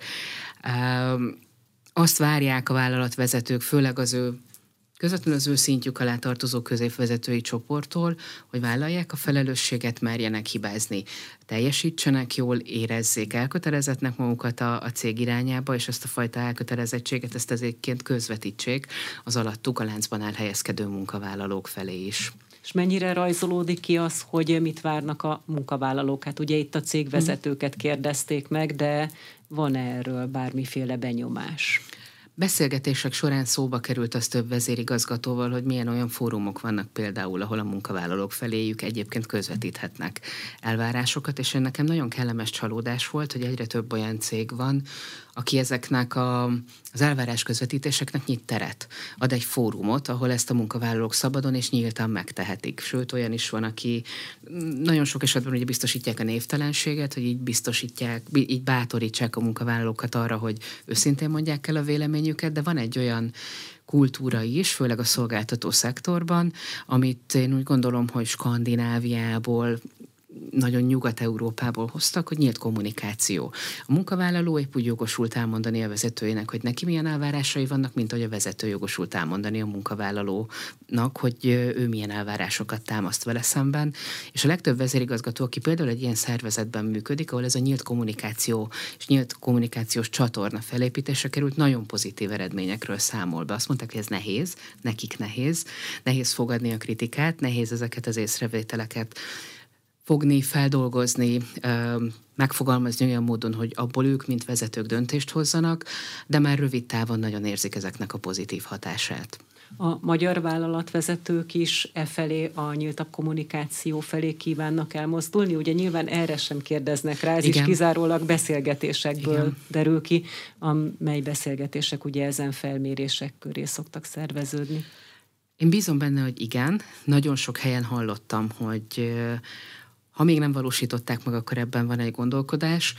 Azt várják a vállalatvezetők, főleg az ő közvetlenül az ő szintjük alá tartozó középvezetői csoporttól, hogy vállalják a felelősséget, merjenek hibázni, teljesítsenek jól, érezzék elkötelezettnek magukat a, a cég irányába, és ezt a fajta elkötelezettséget, ezt ezért közvetítsék az alattuk a láncban elhelyezkedő munkavállalók felé is. És mennyire rajzolódik ki az, hogy mit várnak a munkavállalók? Hát ugye itt a cégvezetőket kérdezték meg, de van erről bármiféle benyomás? Beszélgetések során szóba került az több vezérigazgatóval, hogy milyen olyan fórumok vannak például, ahol a munkavállalók feléjük egyébként közvetíthetnek elvárásokat, és nekem nagyon kellemes csalódás volt, hogy egyre több olyan cég van, aki ezeknek a, az elvárás közvetítéseknek nyit teret. Ad egy fórumot, ahol ezt a munkavállalók szabadon és nyíltan megtehetik. Sőt, olyan is van, aki nagyon sok esetben ugye biztosítják a névtelenséget, hogy így biztosítják, így bátorítsák a munkavállalókat arra, hogy őszintén mondják el a véleményüket, de van egy olyan kultúra is, főleg a szolgáltató szektorban, amit én úgy gondolom, hogy Skandináviából, nagyon Nyugat-Európából hoztak, hogy nyílt kommunikáció. A munkavállaló épp úgy jogosult elmondani a vezetőjének, hogy neki milyen elvárásai vannak, mint hogy a vezető jogosult elmondani a munkavállalónak, hogy ő milyen elvárásokat támaszt vele szemben. És a legtöbb vezérigazgató, aki például egy ilyen szervezetben működik, ahol ez a nyílt kommunikáció és nyílt kommunikációs csatorna felépítése került, nagyon pozitív eredményekről számol be. Azt mondták, hogy ez nehéz, nekik nehéz, nehéz fogadni a kritikát, nehéz ezeket az észrevételeket fogni, feldolgozni, megfogalmazni olyan módon, hogy abból ők, mint vezetők döntést hozzanak, de már rövid távon nagyon érzik ezeknek a pozitív hatását. A magyar vállalatvezetők is e felé, a nyíltabb kommunikáció felé kívánnak elmozdulni? Ugye nyilván erre sem kérdeznek rá, ez Igen. is kizárólag beszélgetésekből Igen. derül ki, amely beszélgetések ugye ezen felmérések köré szoktak szerveződni. Én bízom benne, hogy igen. Nagyon sok helyen hallottam, hogy ha még nem valósították meg, akkor ebben van egy gondolkodás,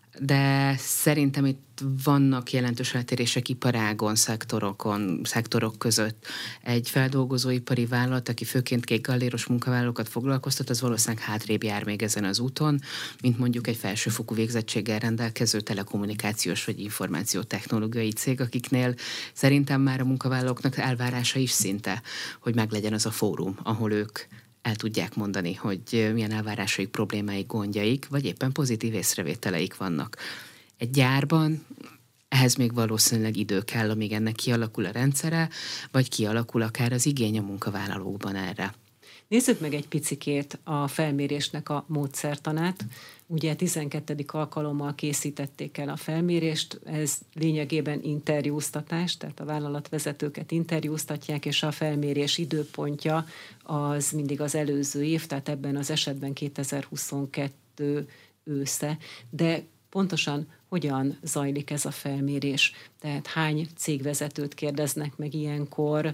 de szerintem itt vannak jelentős eltérések iparágon, szektorokon, szektorok között. Egy feldolgozóipari vállalat, aki főként kék galléros munkavállalókat foglalkoztat, az valószínűleg hátrébb jár még ezen az úton, mint mondjuk egy felsőfokú végzettséggel rendelkező telekommunikációs vagy információtechnológiai cég, akiknél szerintem már a munkavállalóknak elvárása is szinte, hogy meglegyen az a fórum, ahol ők el tudják mondani, hogy milyen elvárásaik, problémáik, gondjaik, vagy éppen pozitív észrevételeik vannak. Egy gyárban ehhez még valószínűleg idő kell, amíg ennek kialakul a rendszere, vagy kialakul akár az igény a munkavállalókban erre. Nézzük meg egy picikét a felmérésnek a módszertanát. Ugye tizenkettedik alkalommal készítették el a felmérést, ez lényegében interjúztatás, tehát a vállalatvezetőket interjúztatják, és a felmérés időpontja az mindig az előző év, tehát ebben az esetben kétezer-huszonkettő ősze, de pontosan hogyan zajlik ez a felmérés? Tehát hány cégvezetőt kérdeznek meg ilyenkor,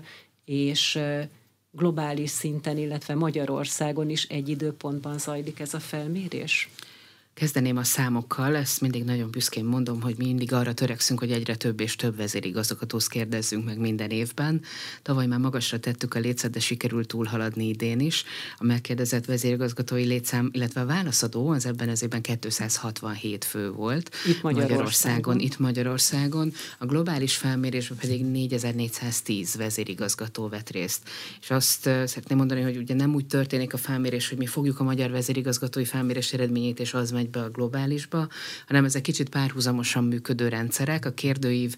és globális szinten, illetve Magyarországon is egy időpontban zajlik ez a felmérés? Kezdeném a számokkal, ezt mindig nagyon büszkén mondom, hogy mi mindig arra törekszünk, hogy egyre több és több vezérigazgatót kérdezzünk meg minden évben. Tavaly már magasra tettük a létszát, de sikerült túlhaladni idén is. A megkérdezett vezérigazgatói létszám, illetve a válaszadó az ebben az évben kétszázhatvanhét fő volt. Itt Magyarországon. Magyarországon. Itt Magyarországon. A globális felmérésben pedig négyezer-négyszáztíz vezérigazgató vett részt. És azt uh, szeretném mondani, hogy ugye nem úgy történik a felmérés, hogy mi fogjuk a magyar vezérigazgatói felmérés eredményét, és az megy be a globálisba, hanem ezek kicsit párhuzamosan működő rendszerek. A kérdőív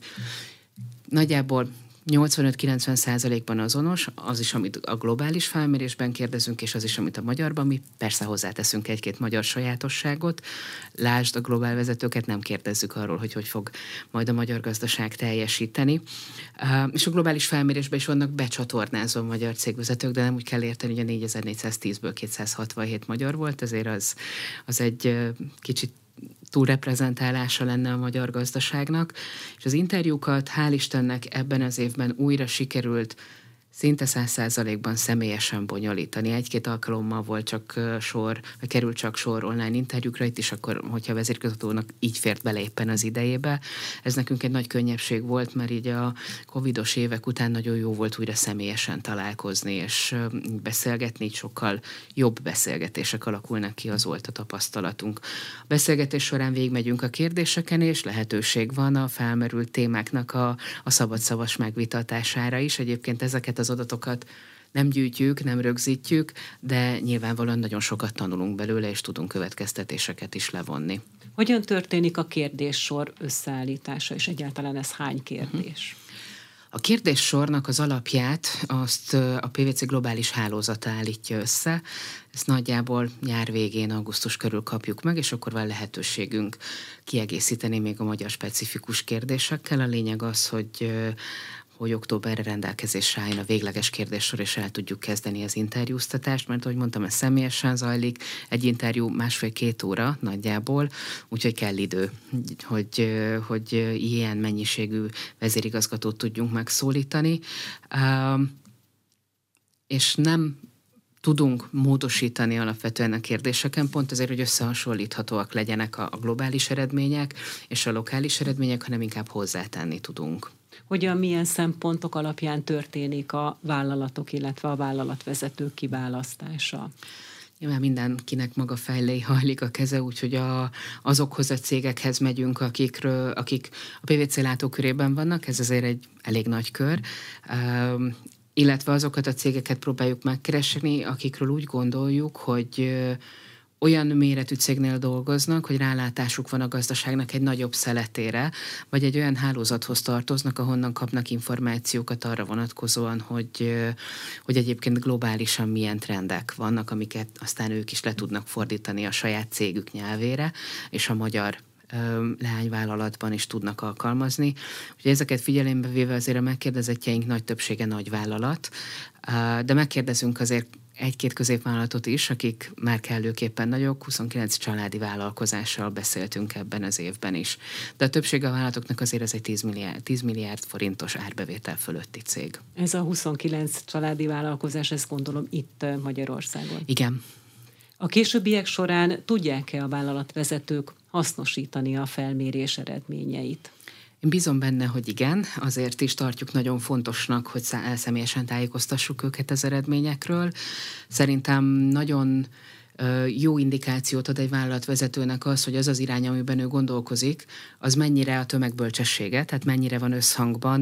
nagyjából nyolcvanöt-kilencven százalékban azonos, az is, amit a globális felmérésben kérdezünk, és az is, amit a magyarban. Mi persze hozzáteszünk egy-két magyar sajátosságot. Lásd, a globál vezetőket nem kérdezzük arról, hogy hogy fog majd a magyar gazdaság teljesíteni. Uh, és a globális felmérésben is vannak becsatornázva a magyar cégvezetők, de nem úgy kell érteni, hogy a négyezer-négyszáztízből kétszázhatvanhét magyar volt, ezért az, az egy uh, kicsit túlreprezentálása lenne a magyar gazdaságnak, és az interjúkat hál' Istennek ebben az évben újra sikerült szinte száz százalékban személyesen bonyolítani. Egy-két alkalommal volt csak sor, vagy került csak sor online interjúkra, itt is akkor, hogyha a vezérigazgatónak így fért bele éppen az idejébe. Ez nekünk egy nagy könnyebbség volt, mert így a covidos évek után nagyon jó volt újra személyesen találkozni, és beszélgetni, így sokkal jobb beszélgetések alakulnak ki, az volt a tapasztalatunk. A beszélgetés során végigmegyünk a kérdéseken, és lehetőség van a felmerült témáknak a, a szabadszavas megvitatására is. Egyébként ezeket az adatokat nem gyűjtjük, nem rögzítjük, de nyilvánvalóan nagyon sokat tanulunk belőle, és tudunk következtetéseket is levonni. Hogyan történik a kérdéssor összeállítása, és egyáltalán ez hány kérdés? A kérdéssornak az alapját azt a pé vé cé globális hálózata állítja össze. Ezt nagyjából nyár végén, augusztus körül kapjuk meg, és akkor van lehetőségünk kiegészíteni még a magyar specifikus kérdésekkel. A lényeg az, hogy hogy októberre rendelkezésre álljon a végleges kérdéssor, és el tudjuk kezdeni az interjúztatást, mert ahogy mondtam, ez személyesen zajlik, egy interjú másfél-két óra nagyjából, úgyhogy kell idő, hogy, hogy ilyen mennyiségű vezérigazgatót tudjunk megszólítani. És nem tudunk módosítani alapvetően a kérdéseken, pont azért, hogy összehasonlíthatóak legyenek a globális eredmények és a lokális eredmények, hanem inkább hozzátenni tudunk. Hogyan, milyen szempontok alapján történik a vállalatok, illetve a vállalatvezetők kiválasztása? Nyilván mindenkinek maga fejlé hajlik a keze, úgyhogy a, azokhoz a cégekhez megyünk, akikről, akik a pé vé cé látókörében vannak, ez azért egy elég nagy kör, uh, illetve azokat a cégeket próbáljuk megkeresni, akikről úgy gondoljuk, hogy uh, olyan méretű cégnél dolgoznak, hogy rálátásuk van a gazdaságnak egy nagyobb szeletére, vagy egy olyan hálózathoz tartoznak, ahonnan kapnak információkat arra vonatkozóan, hogy, hogy egyébként globálisan milyen trendek vannak, amiket aztán ők is le tudnak fordítani a saját cégük nyelvére, és a magyar leányvállalatban is tudnak alkalmazni. Úgyhogy ezeket figyelembe véve azért a megkérdezettjeink nagy többsége nagy vállalat, de megkérdezünk azért egy-két középvállalatot is, akik már kellőképpen nagyok, huszonkilenc családi vállalkozással beszéltünk ebben az évben is. De a többség a vállalatoknak azért ez egy tíz milliárd, tíz milliárd forintos árbevétel fölötti cég. Ez a huszonkilenc családi vállalkozás, ezt gondolom itt Magyarországon. Igen. A későbbiek során tudják-e a vállalatvezetők hasznosítani a felmérés eredményeit? Én bízom benne, hogy igen, azért is tartjuk nagyon fontosnak, hogy személyesen tájékoztassuk őket az eredményekről. Szerintem nagyon jó indikációt ad egy vállalatvezetőnek az, hogy az az irány, amiben ő gondolkozik, az mennyire a tömegbölcsessége, tehát mennyire van összhangban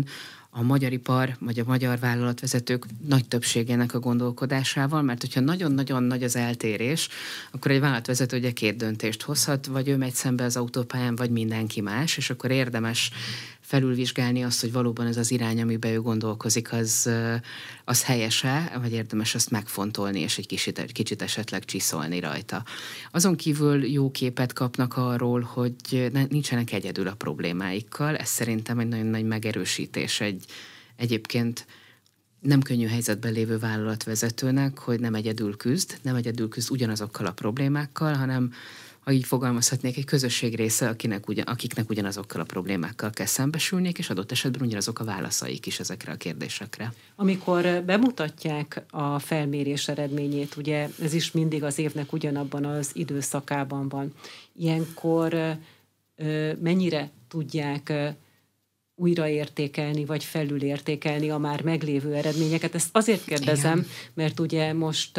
a magyar ipar, vagy a magyar vállalatvezetők nagy többségének a gondolkodásával, mert hogyha nagyon-nagyon nagy az eltérés, akkor egy vállalatvezető ugye két döntést hozhat, vagy ő megy szembe az autópályán, vagy mindenki más, és akkor érdemes felülvizsgálni azt, hogy valóban ez az irány, amiben ő gondolkozik, az, az helyese, vagy érdemes azt megfontolni, és egy kicsit, kicsit esetleg csiszolni rajta. Azon kívül jó képet kapnak arról, hogy nincsenek egyedül a problémáikkal, ez szerintem egy nagyon nagy megerősítés egy egyébként nem könnyű helyzetben lévő vállalatvezetőnek, hogy nem egyedül küzd, nem egyedül küzd ugyanazokkal a problémákkal, hanem ha így fogalmazhatnék, egy közösség része, akinek ugyan, akiknek ugyanazokkal a problémákkal kell szembesülniük, és adott esetben ugyanazok a válaszaik is ezekre a kérdésekre. Amikor bemutatják a felmérés eredményét, ugye ez is mindig az évnek ugyanabban az időszakában van. Ilyenkor mennyire tudják újraértékelni, vagy felülértékelni a már meglévő eredményeket? Ezt azért kérdezem, igen, mert ugye most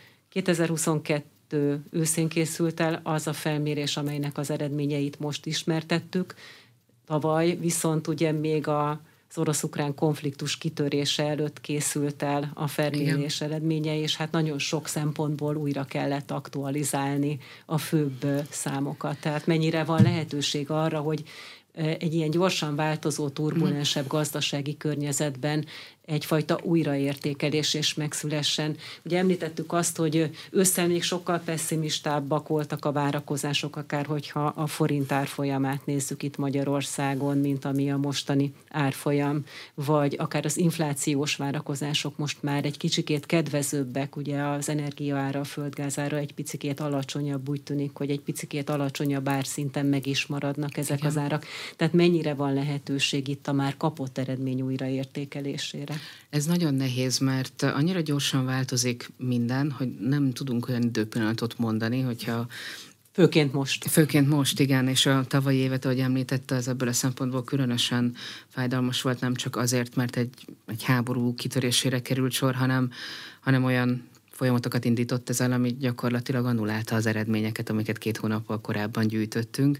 kétezer-huszonkettő őszén készült el az a felmérés, amelynek az eredményeit most ismertettük. Tavaly viszont ugye még a az orosz-ukrán konfliktus kitörése előtt készült el a felmérés igen. eredménye, és hát nagyon sok szempontból újra kellett aktualizálni a főbb számokat. Tehát mennyire van lehetőség arra, hogy egy ilyen gyorsan változó, turbulensebb gazdasági környezetben egyfajta újraértékelés és megszülessen. Ugye említettük azt, hogy ősszel még sokkal pesszimistábbak voltak a várakozások, akár hogyha a forint árfolyamát nézzük itt Magyarországon, mint ami a mostani árfolyam, vagy akár az inflációs várakozások most már egy kicsikét kedvezőbbek, ugye az energiaára, a földgázára egy picikét alacsonyabb, úgy tűnik, hogy egy picikét alacsonyabb árszinten meg is maradnak ezek igen. az árak. Tehát mennyire van lehetőség itt a már kapott eredmény újraértékelésére? Ez nagyon nehéz, mert annyira gyorsan változik minden, hogy nem tudunk olyan időpillanatot mondani, hogyha Főként most. Főként most, igen, és a tavalyi évet, ahogy említette, az ebből a szempontból különösen fájdalmas volt, nem csak azért, mert egy, egy háború kitörésére került sor, hanem, hanem olyan folyamatokat indított ezzel, ami gyakorlatilag annulálta az eredményeket, amiket két hónappal korábban gyűjtöttünk.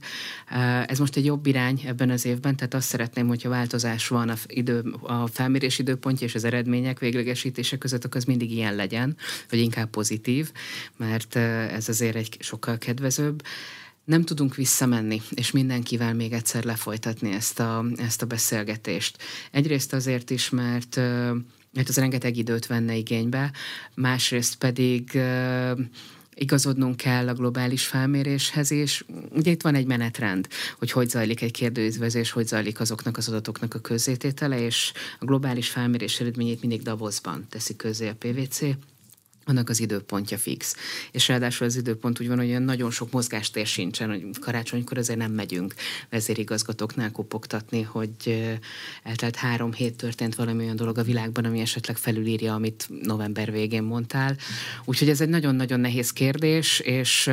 Ez most egy jobb irány ebben az évben, tehát azt szeretném, hogyha változás van a, idő, a felmérés időpontja és az eredmények véglegesítése között, akkor az mindig ilyen legyen, vagy inkább pozitív, mert ez azért egy sokkal kedvezőbb. Nem tudunk visszamenni, és mindenkivel még egyszer lefolytatni ezt a, ezt a beszélgetést. Egyrészt azért is, mert mert az rengeteg időt venne igénybe, másrészt pedig uh, igazodnunk kell a globális felméréshez, és ugye itt van egy menetrend, hogy hogy zajlik egy kérdőízvezés, hogy zajlik azoknak az adatoknak a közzététele, és a globális felmérés eredményét mindig Davosban teszi közzé a pé vé cé, annak az időpontja fix. És ráadásul az időpont úgy van, hogy olyan nagyon sok mozgástér sincsen, hogy karácsonykor azért nem megyünk vezérigazgatóknál kopogtatni, hogy eltelt három hét történt valami olyan dolog a világban, ami esetleg felülírja, amit november végén mondtál. Úgyhogy ez egy nagyon-nagyon nehéz kérdés, és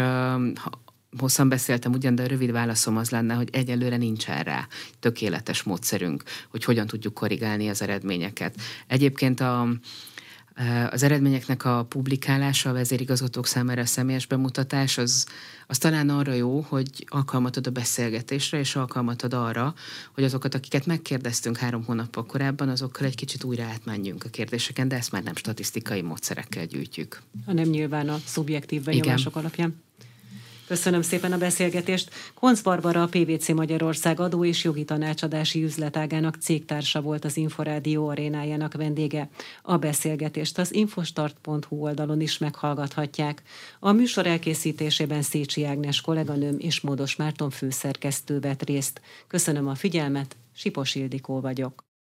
hosszan beszéltem ugyan, de a rövid válaszom az lenne, hogy egyelőre nincsen rá tökéletes módszerünk, hogy hogyan tudjuk korrigálni az eredményeket. Egyébként a Az eredményeknek a publikálása, a vezérigazgatók számára a személyes bemutatás, az, az talán arra jó, hogy alkalmat ad a beszélgetésre, és alkalmat ad arra, hogy azokat, akiket megkérdeztünk három hónappal korábban, azokkal egy kicsit újra átmenjünk a kérdéseken, de ezt már nem statisztikai módszerekkel gyűjtjük. Hanem nyilván a szubjektív benyomások alapján. Köszönöm szépen a beszélgetést. Koncz Barbara, a pé vé cé Magyarország adó és jogi tanácsadási üzletágának cégtársa volt az Inforádió arénájának vendége. A beszélgetést az infostart pont hu oldalon is meghallgathatják. A műsor elkészítésében Szécsi Ágnes kolléganőm és Módos Márton főszerkesztő vett részt. Köszönöm a figyelmet, Sipos Ildikó vagyok.